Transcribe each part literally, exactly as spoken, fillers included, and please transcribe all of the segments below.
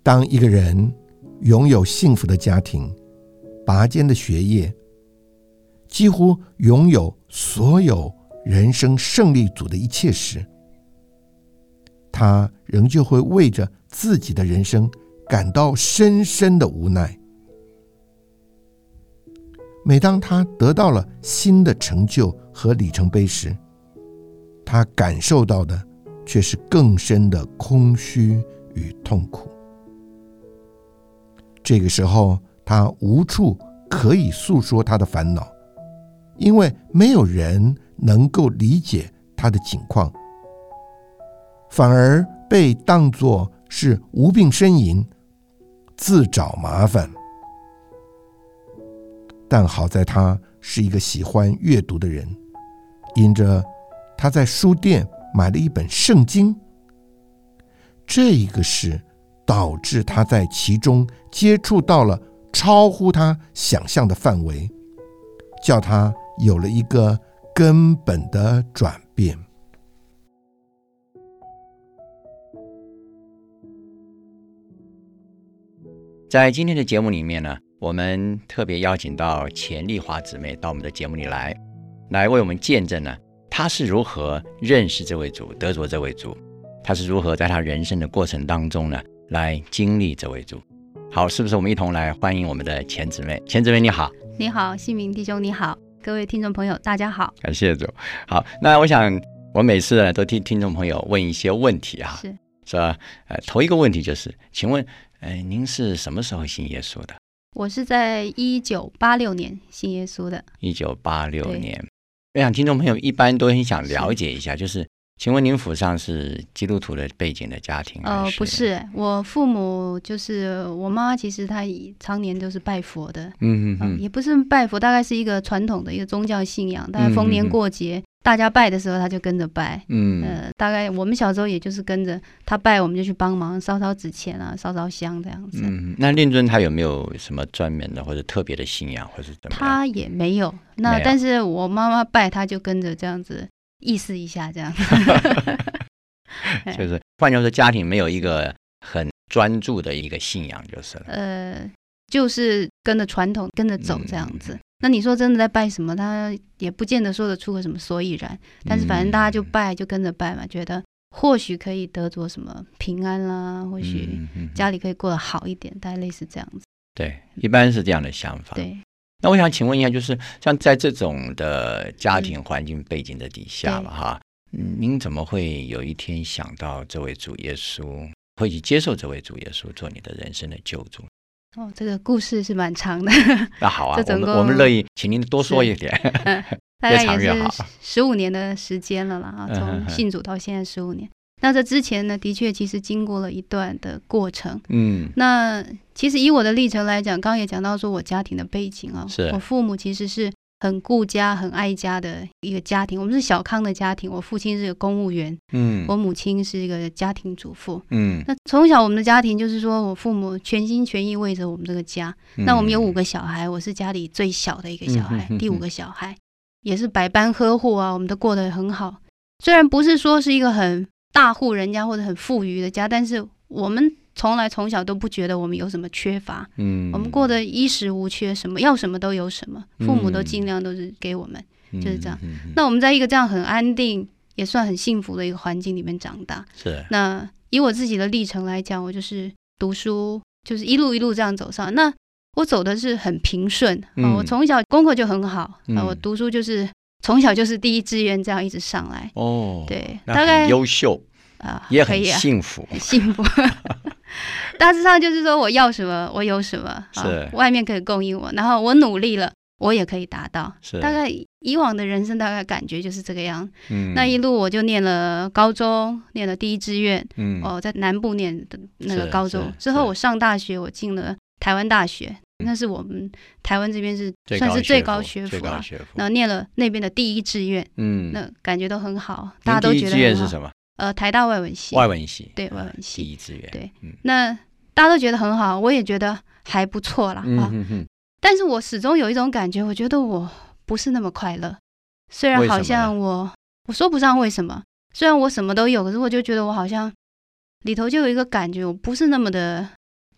当一个人拥有幸福的家庭、拔尖的学业，几乎拥有所有人生胜利组的一切时，他仍旧会为着自己的人生感到深深的无奈。每当他得到了新的成就和里程碑时，他感受到的却是更深的空虚与痛苦。这个时候，他无处可以诉说他的烦恼，因为没有人能够理解他的境况，反而被当作是无病呻吟，自找麻烦。但好在他是一个喜欢阅读的人，因着他在书店买了一本圣经，这个事导致他在其中接触到了超乎他想象的范围，叫他有了一个根本的转变。 在今天的节目里面呢，我们特别邀请到钱丽华姊妹到我们的节目里来，来为我们见证呢，她是如何认识这位主，得着这位主，她是如何在她人生的过程当中呢，来经历这位主。好，是不是我们一同来欢迎我们的钱姊妹？钱姊妹你好。 你好，信明弟兄你好，各位听众朋友大家好。 感谢主。好，那我想我每次呢都替听众朋友问一些问题啊， 是说呃，头一个问题就是，请问呃，您是什么时候信耶稣的？ 我是在一九八六年信耶稣的。 一九八六年。我想听众朋友一般都很想了解一下，就是请问您府上是基督徒的背景的家庭？ 呃，不是，我父母就是我妈，其实她常年都是拜佛的。嗯嗯嗯、呃，也不是拜佛，大概是一个传统的一个宗教信仰，大概逢年过节。嗯嗯嗯，大家拜的时候他就跟着拜，嗯，呃，大概我们小时候也就是跟着他拜，我们就去帮忙烧烧纸钱啊，烧烧香这样子。嗯， 那令尊他有没有什么专门的或者特别的信仰，或是怎么样？ 他也没有，那但是我妈妈拜，他就跟着这样子意思一下这样子。 就是换句话说，家庭没有一个很专注的一个信仰就是了。 呃，就是跟着传统跟着走这样子。嗯，那你说真的在拜什么，他也不见得说得出个什么所以然，但是反正大家就拜，就跟着拜嘛，觉得或许可以得着什么平安啦，或许家里可以过得好一点，大概类似这样子。 对，一般是这样的想法。 对， 那我想请问一下，就是像在这种的家庭环境背景的底下嘛，哈、嗯，您怎么会有一天想到这位主耶稣，会去接受这位主耶稣做你的人生的救主？ 哦，这个故事是蛮长的。 那好啊，我们我们乐意，请您多说一点， 嗯、大概也是十五年的时间了啦，从信主到现在十五年。那这之前呢，的确其实经过了一段的过程。嗯，那其实以我的历程来讲，刚刚也讲到说我家庭的背景啊，我父母其实是很顾家、很爱家的一个家庭。我们是小康的家庭，我父亲是个公务员，嗯，我母亲是一个家庭主妇，嗯。那从小我们的家庭就是说我父母全心全意为着我们这个家。嗯、那我们有五个小孩，我是家里最小的一个小孩，嗯、第五个小孩也是百般呵护啊，我们都过得很好。虽然不是说是一个很大户人家或者很富裕的家，但是我们从来从小都不觉得我们有什么缺乏，嗯，我们过得衣食无缺，什么要什么都有什么，父母都尽量都是给我们，嗯、就是这样。嗯嗯、那我们在一个这样很安定，也算很幸福的一个环境里面长大。是。那以我自己的历程来讲，我就是读书，就是一路一路这样走上。那我走的是很平顺，嗯呃、我从小功课就很好，嗯呃、我读书就是从小就是第一志愿这样一直上来。哦，对，大概优秀。啊，也很幸福， 很幸福。大致上就是说我要什么我有什么，是外面可以供应我，然后我努力了我也可以达到。是大概以往的人生大概感觉就是这个样。嗯，那一路我就念了高中，念了第一志愿，嗯，哦，在南部念的那个高中之后，我上大学，我进了台湾大学，那是我们台湾这边是算是最高学府啊。然后念了那边的第一志愿，嗯，那感觉都很好，大家都觉得很好。第一志愿是什么？呃，台大外文系， 外文系， 对，外文系第一志愿， 对，嗯、那大家都觉得很好，我也觉得还不错啦，嗯哼哼，但是我始终有一种感觉，我觉得我不是那么快乐，虽然好像我我说不上为什么，虽然我什么都有，可是我就觉得我好像里头就有一个感觉，我不是那么的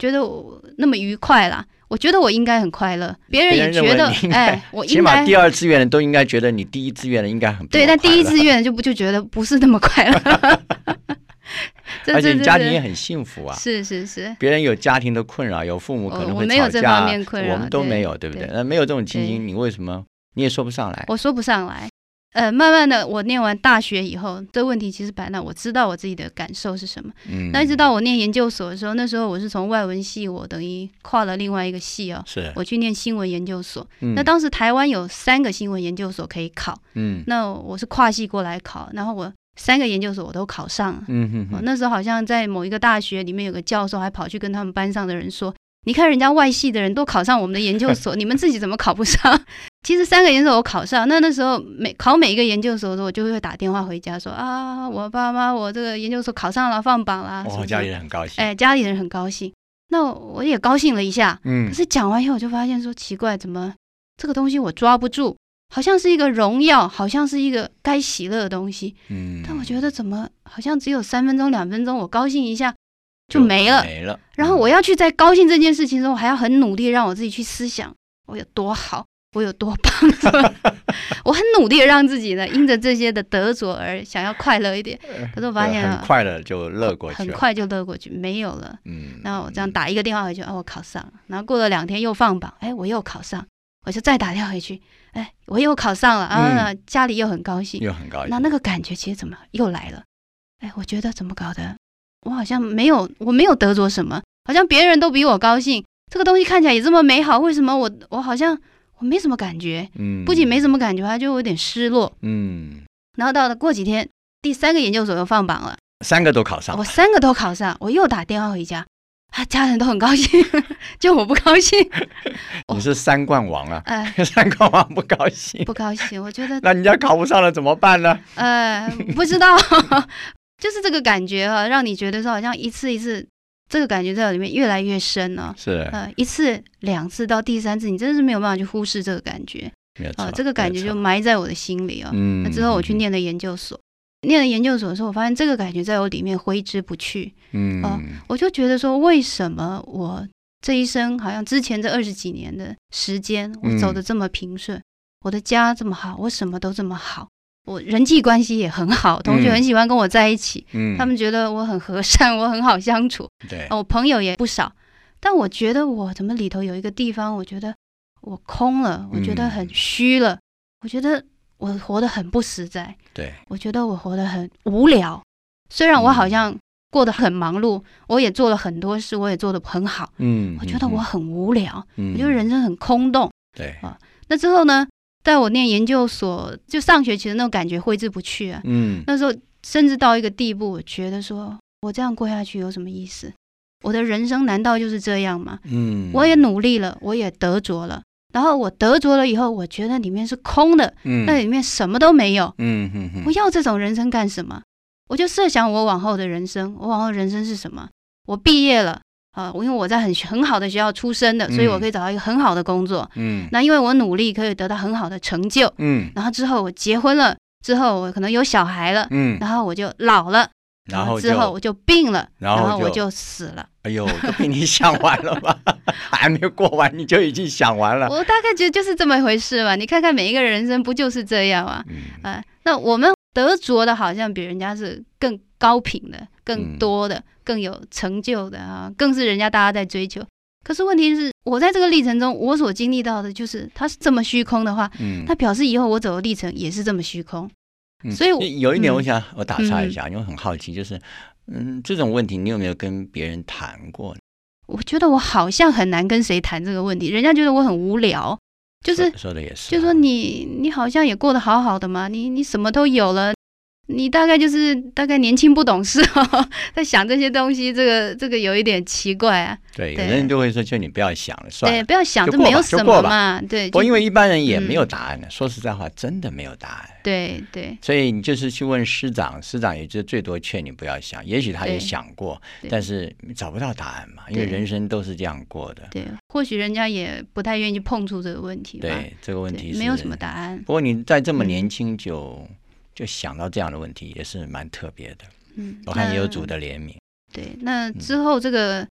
觉得我那么愉快啦。我觉得我应该很快乐，别人也觉得，哎，我应该， 起码第二志愿的都应该觉得你第一志愿的应该很对，但第一志愿的就不就觉得不是那么快乐。 而且你家庭也很幸福啊， 是是是， 别人有家庭的困扰，有父母可能会吵架， 我没有这方面困扰， 我们都没有，对不对？那没有这种情形，你为什么你也说不上来？ 我说不上来。呃，慢慢的，我念完大学以后，这问题其实摆那，我知道我自己的感受是什么。嗯，那一直到我念研究所的时候，那时候我是从外文系，我等于跨了另外一个系哦， 是， 我去念新闻研究所。嗯，那当时台湾有三个新闻研究所可以考，嗯，那我是跨系过来考，然后我三个研究所我都考上了。嗯哼哼，那时候好像在某一个大学里面有个教授还跑去跟他们班上的人说，你看人家外系的人都考上我们的研究所，你们自己怎么考不上？其实三个研究所我考上，那那时候每考每一个研究所的时候，我就会打电话回家说啊，我爸妈我这个研究所考上了，放榜了。 哦，家里人很高兴。 哎，家里人很高兴，那我也高兴了一下。嗯，可是讲完以后我就发现说奇怪，怎么这个东西我抓不住？好像是一个荣耀，好像是一个该喜乐的东西。嗯，但我觉得怎么好像只有三分钟、两分钟，我高兴一下就没了。 没了。 然后我要去在高兴这件事情的时候，我还要很努力让我自己去思想我有多好。我有多棒，是吧？我很努力的让自己呢，因着这些的得着而想要快乐一点。可是我发现、啊、 很快乐就乐过去， 很快就乐过去，没有了。嗯，然后我这样打一个电话回去，哦，我考上了。然后过了两天又放榜，哎，我又考上，我就再打电话回去，哎，我又考上了啊、嗯，家里又很高兴， 又很高兴。 那那个感觉其实怎么又来了？哎，我觉得怎么搞的？我好像没有，我没有得着什么，好像别人都比我高兴。这个东西看起来也这么美好，为什么我我好像？我没什么感觉，嗯，不仅没什么感觉，还就有点失落，嗯。然后到了过几天，第三个研究所又放榜了， 三个都考上， 我三个都考上，我又打电话回家，啊，家人都很高兴，就我不高兴。 你是三冠王啊，哎、三冠王不高兴， 不高兴，我觉得那人家考不上了怎么办呢？ 呃，不知道，就是这个感觉啊，让你觉得说好像一次一次。这个感觉在里面越来越深了、哦， 是呃一次两次到第三次，你真的是没有办法去忽视这个感觉， 啊、 呃，这个感觉就埋在我的心里啊、哦。嗯，那之后我去念了研究所，嗯、念了研究所的时候，我发现这个感觉在我里面挥之不去。嗯、呃，我就觉得说，为什么我这一生好像之前这二十几年的时间，我走得这么平顺，嗯、我的家这么好，我什么都这么好。我人际关系也很好，同学很喜欢跟我在一起，嗯、他们觉得我很和善，我很好相处。 对， 我朋友也不少，但我觉得我怎么里头有一个地方，我觉得我空了，我觉得很虚了，嗯、我觉得我活得很不实在。 对， 我觉得我活得很无聊。虽然我好像过得很忙碌，我也做了很多事，我也做得很好。嗯，我觉得我很无聊，嗯、我觉得人生很空洞。 对啊，那之后呢？在我念研究所，就上学期的那种感觉挥之不去啊。嗯，那时候甚至到一个地步，我觉得说我这样过下去有什么意思？我的人生难道就是这样吗？嗯，我也努力了，我也得着了，然后我得着了以后，我觉得里面是空的，嗯，那里面什么都没有。嗯哼哼，我要这种人生干什么？我就设想我往后的人生，我往后的人生是什么？我毕业了。啊，因为我在很很好的学校出身的，所以我可以找到一个很好的工作。嗯，那因为我努力可以得到很好的成就。嗯，然后之后我结婚了，之后我可能有小孩了。嗯，然后我就老了，然后之后我就病了，然后我就死了。 哎呦，都被你想完了吧？还没有过完你就已经想完了。 我大概觉得就是这么一回事吧。你看看每一个人生不就是这样吗？嗯，啊，那我们得着的好像比人家是更高品的、更多的、嗯、更有成就的啊，更是人家大家在追求。可是问题是我在这个历程中，我所经历到的就是它是这么虚空的话，嗯，它表示以后我走的历程也是这么虚空。嗯、所以有一点，我想、嗯、我打岔一下，因为很好奇，就是嗯，这种问题你有没有跟别人谈过？ 我觉得我好像很难跟谁谈这个问题，人家觉得我很无聊。就是说, 说的也是、啊， 就说你你好像也过得好好的嘛，你你什么都有了，你大概就是大概年轻不懂事哦，在想这些东西，这个这个有一点奇怪啊。 对，有人就会说，就你不要想了，算了， 对，不要想，这没有什么嘛。对， 不过因为一般人也没有答案的、嗯，说实在话，真的没有答案。 对对， 所以你就是去问师长，师长也就最多劝你不要想，也许他也想过，但是找不到答案嘛，因为人生都是这样过的。 对，或许人家也不太愿意碰触这个问题吧。 对，这个问题是没有什么答案。 不过你在这么年轻就、嗯、就想到这样的问题，也是蛮特别的。嗯，我看也有主的怜悯。 对，那之后这个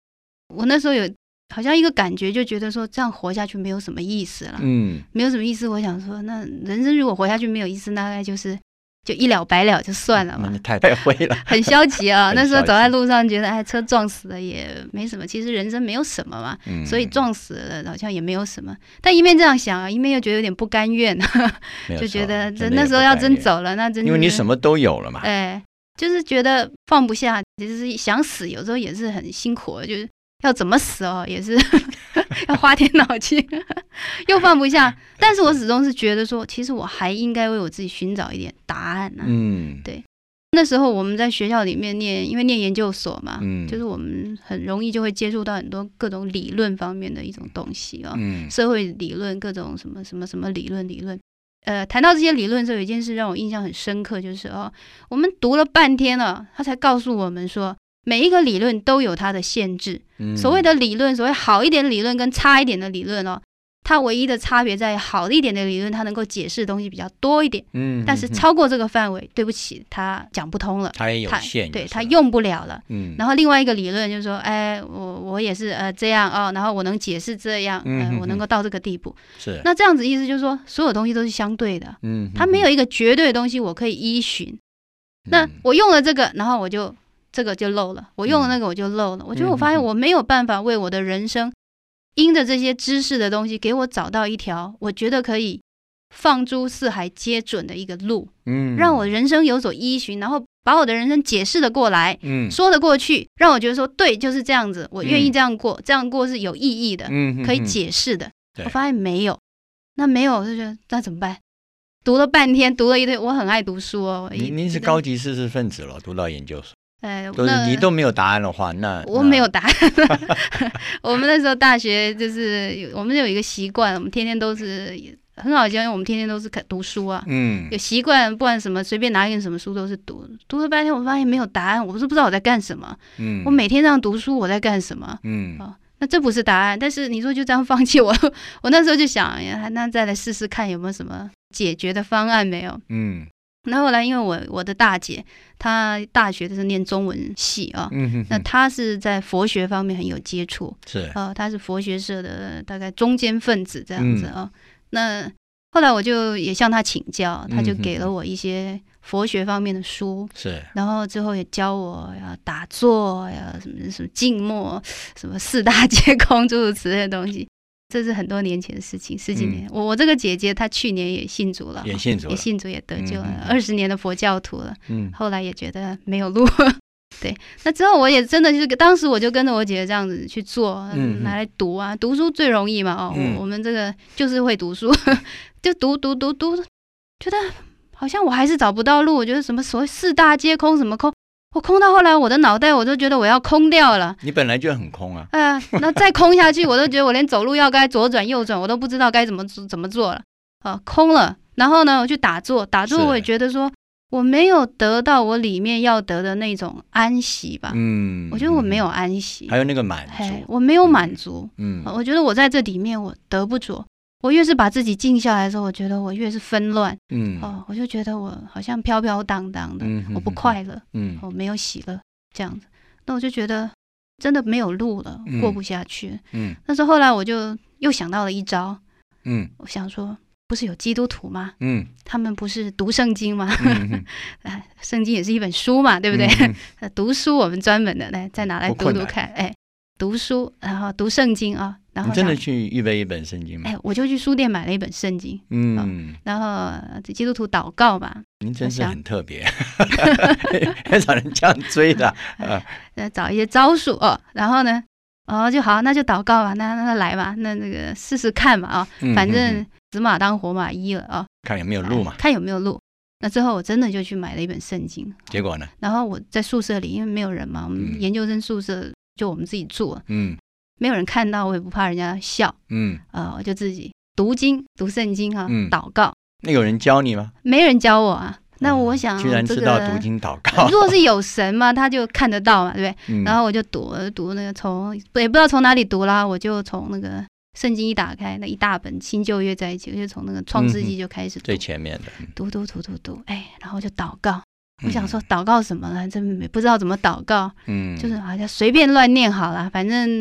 我那时候有好像一个感觉，就觉得说这样活下去没有什么意思了，嗯，没有什么意思。我想说，那人生如果活下去没有意思，大概就是就一了百了就算了嘛。 你太太会了， 很消极啊。那时候走在路上，觉得哎，车撞死了也没什么，其实人生没有什么嘛，嗯、所以撞死了好像也没有什么。但一面这样想啊，一面又觉得有点不甘愿，就觉得那时候要真走了，那真因为你什么都有了嘛。 哎，就是觉得放不下，其实想死，有时候也是很辛苦的，就是。要怎么死哦，也是要花点脑筋，又放不下。但是我始终是觉得说，其实我还应该为我自己寻找一点答案呢、啊。嗯，对。那时候我们在学校里面念，因为念研究所嘛，嗯、就是我们很容易就会接触到很多各种理论方面的一种东西啊、哦，嗯、社会理论，各种什么什么什么理论理论。呃，谈到这些理论的时候，有一件事让我印象很深刻，就是哦，我们读了半天了，他才告诉我们说。每一个理论都有它的限制，嗯、所谓的理论，所谓好一点的理论跟差一点的理论哦，它唯一的差别在于好一点的理论，它能够解释的东西比较多一点，嗯，但是超过这个范围，对不起，它讲不通了， 它也有限， 对，它用不了了，嗯。然后另外一个理论就是说，哎，我我也是呃这样哦，然后我能解释这样，呃，我能够到这个地步， 是。 那这样子意思就是说，所有东西都是相对的，嗯，它没有一个绝对的东西我可以依循。那我用了这个，然后我就。这个就漏了，我用了那个我就漏了。嗯、我觉得我发现我没有办法为我的人生，因着这些知识的东西，给我找到一条我觉得可以放诸四海皆准的一个路，嗯，让我人生有所依循，然后把我的人生解释得过来，嗯，说得过去，让我觉得说对，就是这样子，我愿意这样过，嗯、这样过是有意义的，嗯、可以解释的。嗯、我发现没有，那没有就觉得那怎么办？读了半天，读了一堆，我很爱读书哦。 您您是高级知识分子了，读到研究所。哎，都是你都没有答案的话，那我没有答案。我们那时候大学就是我们有一个习惯，我们天天都是很好讲，因为我们天天都是读书啊，嗯，有习惯，不管什么随便拿一本什么书都是读，读了半天，我发现没有答案，我不是不知道我在干什么，嗯，我每天这样读书，我在干什么，嗯，哦，那这不是答案，但是你说就这样放弃我，我那时候就想，那再来试试看有没有什么解决的方案没有，嗯。那后来，因为我我的大姐，她大学是念中文系啊，嗯、哼哼那她是在佛学方面很有接触， 是呃，她是佛学社的大概中坚分子这样子啊。嗯、那后来我就也向她请教，她就给了我一些佛学方面的书， 是， 然后之后也教我要打坐呀，什么什么静默，什么四大皆空诸如此类的东西。这是很多年前的事情，十几年。嗯、我我这个姐姐她去年也信主了， 也信主了， 也信主也得救了，二十、嗯、年的佛教徒了。嗯，后来也觉得没有路。对，那之后我也真的就是，当时我就跟着我姐姐这样子去做，嗯、拿来读啊，读书最容易嘛。哦，嗯、我我们这个就是会读书，就读读读读，觉得好像我还是找不到路。我觉得什么所谓四大皆空，什么空？我空到后来，我的脑袋我都觉得我要空掉了。 你本来就很空啊！ 哎、呃，那再空下去，我都觉得我连走路要该左转右转，我都不知道该怎么怎么做了。啊、呃，空了。然后呢，我去打坐，打坐我也觉得说我没有得到我里面要得的那种安息吧。嗯，我觉得我没有安息， 还有那个满足， 我没有满足。嗯，我觉得我在这里面我得不着。我越是把自己静下来的时候，我觉得我越是纷乱，嗯，哦，我就觉得我好像飘飘荡荡的，嗯、我不快乐，嗯，我没有喜乐，这样子，那我就觉得真的没有路了，嗯、过不下去，嗯，但是后来我就又想到了一招，嗯，我想说，不是有基督徒吗？嗯，他们不是读圣经吗？嗯嗯、圣经也是一本书嘛，对不对？嗯、读书我们专门的来再拿来读读看，哎，读书，然后读圣经啊。然后你真的去预备一本圣经吗？ 哎，我就去书店买了一本圣经，嗯，哦、然后基督徒祷告嘛。 您真是很特别，很少人这样追的。 呃，找一些招数哦，然后呢，哦就好，那就祷告吧，那那来吧，那那个试试看嘛啊，哦，反正死马当活马医了啊，哦， 看有没有路嘛， 看有没有路。那之后我真的就去买了一本圣经， 结果呢？ 然后我在宿舍里，因为没有人嘛，我们研究生宿舍就我们自己住，嗯。没有人看到，我也不怕人家笑，嗯，呃，我就自己读经、读圣经哈，啊，嗯、祷告。 那有人教你吗？ 没人教我啊。那我想， 居然知道读经祷告。 如果是有神嘛，他就看得到嘛，对不对？嗯、然后我就读读那个从也不知道从哪里读啦，我就从那个圣经一打开，那一大本新旧约在一起，我就从那个创世纪就开始读，嗯、 最前面的读读读读读，哎，然后就祷告。我想说祷告什么呢？真不知道怎么祷告，嗯，就是好像随便乱念好了，反正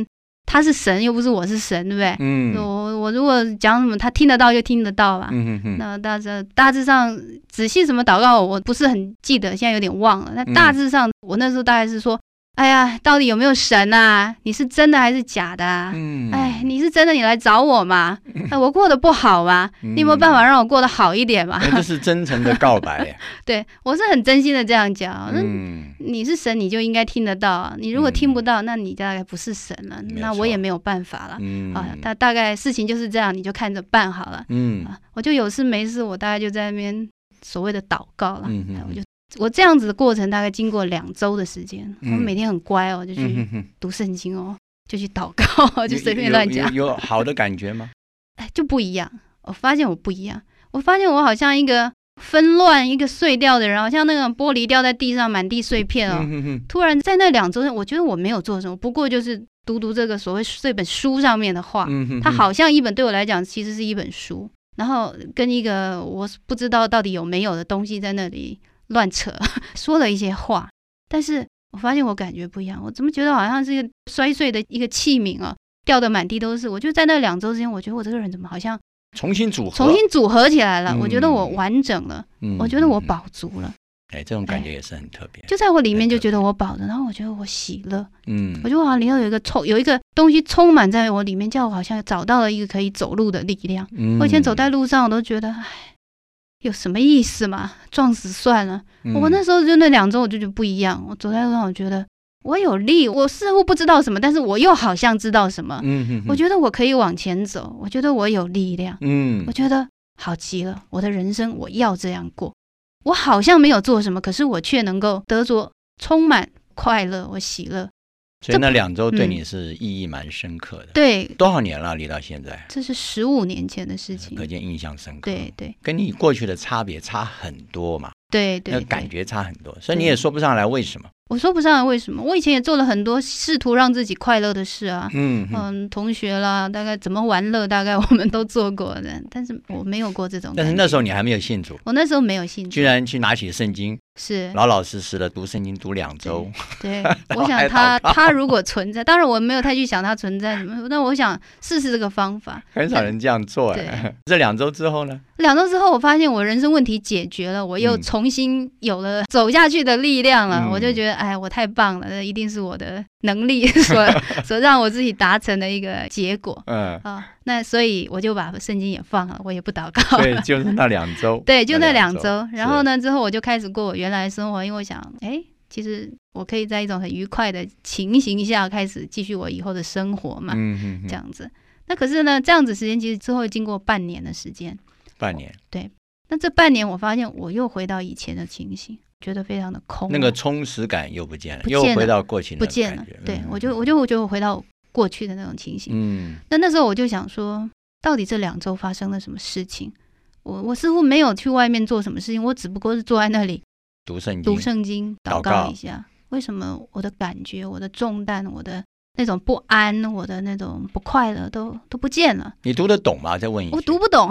他是神又不是我是神，对不对？嗯，我我如果讲什么他听得到就听得到吧。嗯哼哼。那大致大致上仔细什么祷告我不是很记得，现在有点忘了。那大致上、嗯、我那时候大概是说，哎呀，到底有没有神啊？你是真的还是假的啊？嗯，哎，你是真的你来找我吗？哎，我过得不好吗？嗯、你有没有办法让我过得好一点嘛？ 这是真诚的告白。 对，我是很真心的这样讲。嗯，你是神你就应该听得到啊，你如果听不到，嗯、那你大概不是神了，那我也没有办法了。嗯啊，大大概事情就是这样，你就看着办好了。嗯啊，我就有事没事，我大概就在那边所谓的祷告了。嗯哼，我就。我这样子的过程大概经过两周的时间，嗯、我每天很乖哦，就去读圣经哦，就去祷告，就随便乱讲。 有, 有, 有好的感觉吗？ 哎，就不一样。我发现我不一样，我发现我好像一个纷乱、一个碎掉的人，好像那种玻璃掉在地上，满地碎片哦。嗯、哼哼突然在那两周，我觉得我没有做什么，不过就是读读这个所谓这本书上面的话，嗯、哼哼它好像一本对我来讲其实是一本书，然后跟一个我不知道到底有没有的东西在那里。乱扯说了一些话，但是我发现我感觉不一样，我怎么觉得好像是一个摔碎的一个器皿啊，掉得满地都是。我就在那两周之间，我觉得我这个人怎么好像重新组合重新组合起来了、嗯、我觉得我完整了、嗯、我觉得我饱足了。 哎，这种感觉也是很特别， 就在我里面就觉得我饱了，然后我觉得我喜乐。嗯，我觉得好像里头有一个充有一个东西充满在我里面，叫我好像找到了一个可以走路的力量。嗯，我以前走在路上我都觉得哎有什么意思嘛？撞死算了、嗯。我那时候就那两周我就觉得不一样。我走在路上，我觉得我有力，我似乎不知道什么，但是我又好像知道什么。嗯哼哼，我觉得我可以往前走，我觉得我有力量。嗯，我觉得好极了，我的人生我要这样过。我好像没有做什么，可是我却能够得着充满快乐，我喜乐。 所以那两周对你是意义蛮深刻的、嗯。对，多少年了？离到现在， 这是十五年前的事情， 可见印象深刻。 对对， 跟你过去的差别差很多嘛。 对 对, 对， 那感觉差很多，所以你也说不上来为什么。 我说不上来为什么，我以前也做了很多试图让自己快乐的事啊，嗯嗯，同学啦，大概怎么玩乐，大概我们都做过的，但是我没有过这种感觉。 但是那时候你还没有信主， 我那时候没有信主， 居然去拿起圣经， 是老老实实的读圣经读两周。 对，对我想他他如果存在，当然我没有太去想他存在什么，但我想试试这个方法。 很少人这样做哎。这两周之后呢？ 两周之后，我发现我人生问题解决了，我又重新有了走下去的力量了。嗯、我就觉得，哎，我太棒了，这一定是我的能力所所让我自己达成的一个结果。嗯啊，那所以我就把圣经也放了，我也不祷告了。 对，就是那两周。 对，就那两周。然后呢，之后我就开始过我原来的生活，因为我想，哎，其实我可以在一种很愉快的情形下开始继续我以后的生活嘛。嗯哼哼，这样子。那可是呢，这样子时间其实之后经过半年的时间。 半年， 对，那这半年我发现我又回到以前的情形，觉得非常的空、啊， 那个充实感又不见了，不见了又回到过去的感觉，不见了。 对、嗯、我就我就我就回到过去的那种情形。嗯，那那时候我就想说，到底这两周发生了什么事情？我我似乎没有去外面做什么事情，我只不过是坐在那里读圣经、 读圣经、祷告一下。为什么我的感觉、我的重担、我的那种不安，我的那种不快乐都都不见了。 你读得懂吗？再问一句。 我读不懂。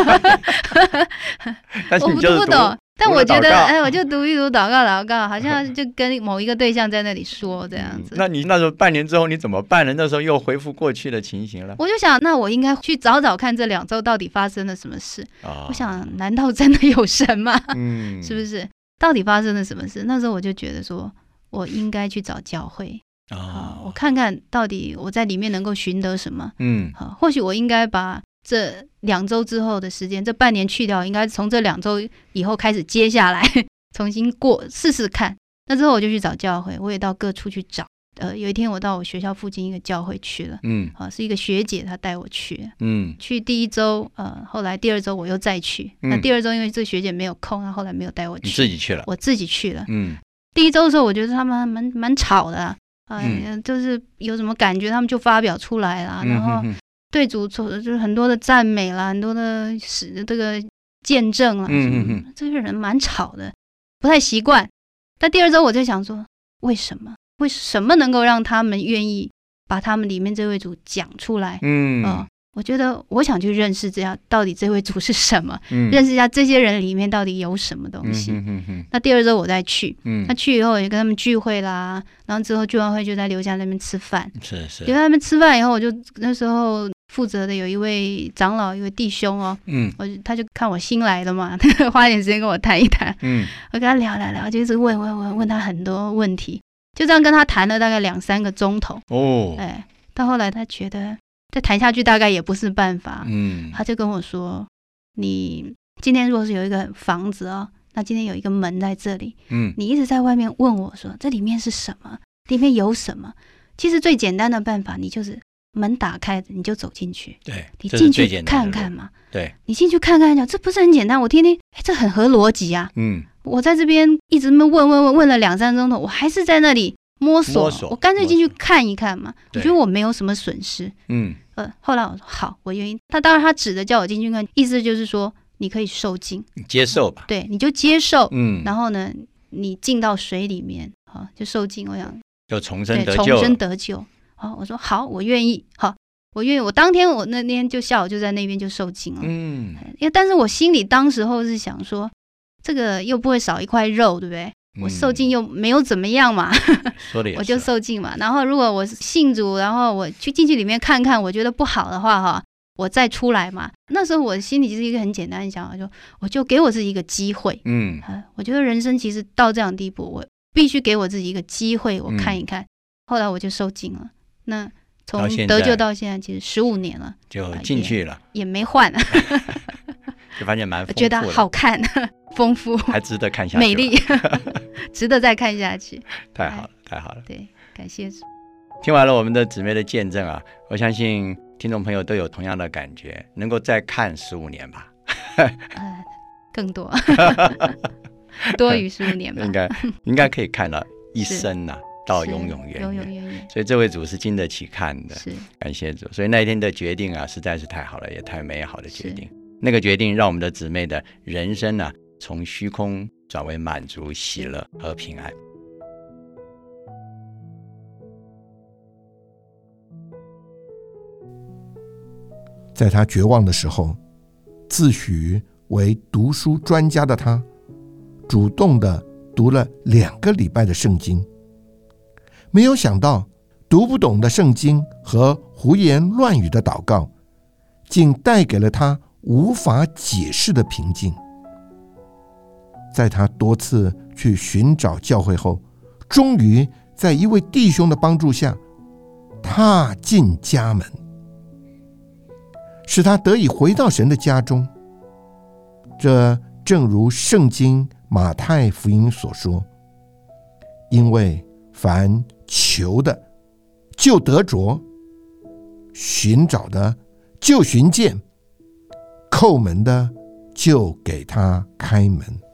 但是你就是读我读不懂，但我觉得，哎，我就读一读，祷告祷告，好像就跟某一个对象在那里说这样子。 嗯、那你那时候半年之后你怎么办呢？那时候又恢复过去的情形了。 我就想，那我应该去找找看这两周到底发生了什么事。哦、我想，难道真的有神吗？嗯，是不是？到底发生了什么事？那时候我就觉得说，我应该去找教会。哦，我看看到底我在里面能够寻得什么。嗯，好，或许我应该把这两周之后的时间，这半年去掉，应该从这两周以后开始接下来重新过试试看。那之后我就去找教会，我也到各处去找。呃，有一天我到我学校附近一个教会去了。嗯，啊，是一个学姐她带我去。嗯，去第一周，呃，后来第二周我又再去。嗯、那第二周因为这个学姐没有空，她后来没有带我去。 你自己去了？ 我自己去了。嗯，第一周的时候我觉得他们蛮蛮吵的、啊。哎呀、嗯，就是有什么感觉，他们就发表出来啦，嗯、然后对主就是很多的赞美啦，很多的使这个见证啦，嗯嗯，这些人蛮吵的，不太习惯。但第二周我就想说，为什么？为什么能够让他们愿意把他们里面这位主讲出来？嗯、呃， 我觉得我想去认识这样到底这位主是什么、嗯、认识一下这些人里面到底有什么东西、嗯、哼哼哼那第二周我再去、嗯、那去以后也跟他们聚会啦，然后之后聚完会就在刘家那边吃饭， 是是留在那边吃饭以后，我就那时候负责的有一位长老一位弟兄哦，嗯，我他就看我新来的嘛，花一点时间跟我谈一谈，嗯，我跟他聊聊聊，就一直问问问问他很多问题，就这样跟他谈了大概两三个钟头哦，哎，到后来他觉得再谈下去大概也不是办法，嗯，他就跟我说，你今天如果是有一个房子哦，那今天有一个门在这里，嗯，你一直在外面问我说这里面是什么，里面有什么，其实最简单的办法，你就是门打开你就走进去， 对， 你进去看看嘛， 对， 你进去看看，这不是很简单？我天天这很合逻辑啊，嗯，我在这边一直问问问问了两三钟头，我还是在那里摸索，摸索我干脆进去看一看嘛，我觉得我没有什么损失，嗯，呃，后来我说好，我愿意。他当然他指着叫我进去看，意思就是说你可以受浸， 你接受吧， 对，你就接受，嗯，然后呢，你进到水里面，好，就受浸，我想就重生得救， 重生得救。好，我说好，我愿意。好，我愿意。我当天我那天就下午就在那边就受浸了。嗯，因为但是我心里当时候是想说，这个又不会少一块肉，对不对？嗯、我受浸又没有怎么样嘛， 说的也是， 我就受浸嘛。然后如果我信主，然后我去进去里面看看，我觉得不好的话，哈，我再出来嘛。那时候我心里就是一个很简单的想法，就我就给我自己一个机会。嗯、呃，我觉得人生其实到这样的地步，我必须给我自己一个机会，我看一看。嗯、后来我就受浸了。那从得救到现在其实十五年了， 就进去了， 也, 也没换就发现蛮丰富的， 觉得好看丰富， 还值得看下去， 美丽值得再看下去。 太好了太好了， 对，感谢主。 听完了我们的姊妹的见证啊，我相信听众朋友都有同样的感觉，能够再看十五年吧呃、更多多于十五年吧， 应该应该可以看到一生啊到永永远远，所以这位主是经得起看的，是感谢主。所以那一天的决定啊，实在是太好了，也太美好的决定。那个决定让我们的姊妹的人生啊，从虚空转为满足、喜乐和平安。 在他绝望的时候，自诩为读书专家的他，主动的读了两个礼拜的圣经。没有想到读不懂的圣经和胡言乱语的祷告，竟带给了他无法解释的平静。在他多次去寻找教会后，终于在一位弟兄的帮助下踏进家门，使他得以回到神的家中。这正如圣经马太福音所说，因为凡求的就得着，寻找的就寻见，叩门的就给他开门。